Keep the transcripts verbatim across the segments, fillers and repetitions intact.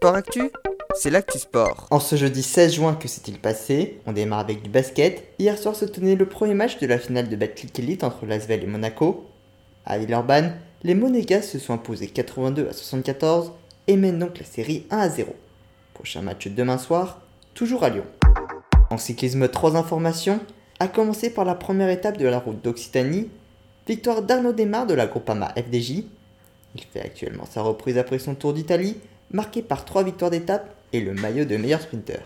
Sport Actu, c'est l'actu sport. En ce jeudi seize juin, que s'est-il passé? On démarre avec du basket. Hier soir se tenait le premier match de la finale de Betclic Elite entre l'Asvel et Monaco. À Villeurbanne, les Monégas se sont imposés quatre-vingt-deux à soixante-quatorze et mènent donc la série un à zéro. Prochain match demain soir, toujours à Lyon. En cyclisme, trois informations, à commencer par la première étape de la route d'Occitanie, victoire d'Arnaud Desmar de la Groupama F D J. Il fait actuellement sa reprise après son Tour d'Italie, marqué par trois victoires d'étape et le maillot de meilleur sprinter.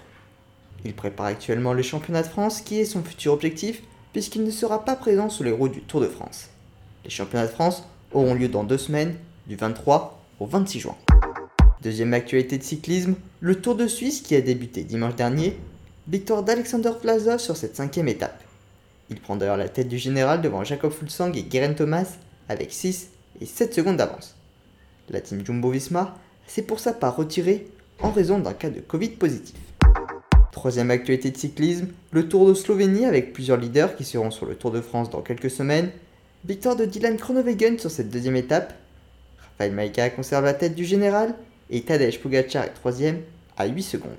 Il prépare actuellement le championnat de France qui est son futur objectif puisqu'il ne sera pas présent sous les roues du Tour de France. Les championnats de France auront lieu dans deux semaines, du vingt-trois au vingt-six juin. Deuxième actualité de cyclisme, le Tour de Suisse qui a débuté dimanche dernier, victoire d'Alexander Vlasov sur cette cinquième étape. Il prend d'ailleurs la tête du général devant Jakob Fuglsang et Geraint Thomas avec six et sept secondes d'avance. La team Jumbo-Visma s'est pour sa part retirée en raison d'un cas de Covid positif. Troisième actualité de cyclisme, le Tour de Slovénie avec plusieurs leaders qui seront sur le Tour de France dans quelques semaines. Victoire de Dylan Groenewegen sur cette deuxième étape. Rafael Majka conserve la tête du général et Tadej Pogačar est troisième à huit secondes.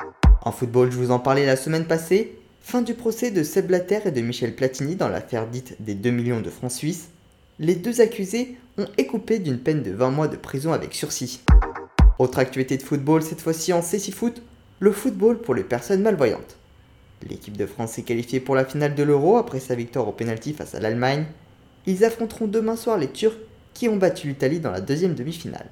En football, je vous en parlais la semaine passée, fin du procès de Sepp Blatter et de Michel Platini dans l'affaire dite des deux millions de francs suisses. Les deux accusés ont écopé d'une peine de vingt mois de prison avec sursis. Autre actualité de football, cette fois-ci en cécifoot, le football pour les personnes malvoyantes. L'équipe de France s'est qualifiée pour la finale de l'Euro après sa victoire au pénalty face à l'Allemagne. Ils affronteront demain soir les Turcs qui ont battu l'Italie dans la deuxième demi-finale.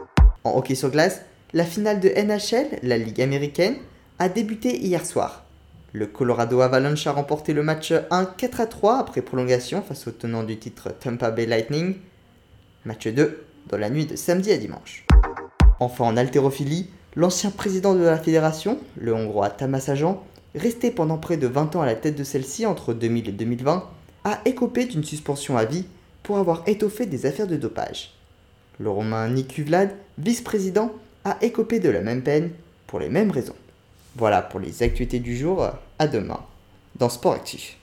En hockey sur glace, la finale de N H L, la Ligue américaine, a débuté hier soir. Le Colorado Avalanche a remporté le match un quatre à trois après prolongation face au tenant du titre Tampa Bay Lightning. Match deux dans la nuit de samedi à dimanche. Enfin en haltérophilie, l'ancien président de la fédération, le hongrois Tamás Ajan, resté pendant près de vingt ans à la tête de celle-ci entre deux mille et deux mille vingt, a écopé d'une suspension à vie pour avoir étoffé des affaires de dopage. Le Roumain Nicu Vlad, vice-président, a écopé de la même peine pour les mêmes raisons. Voilà pour les actualités du jour, à demain dans Sport Actif.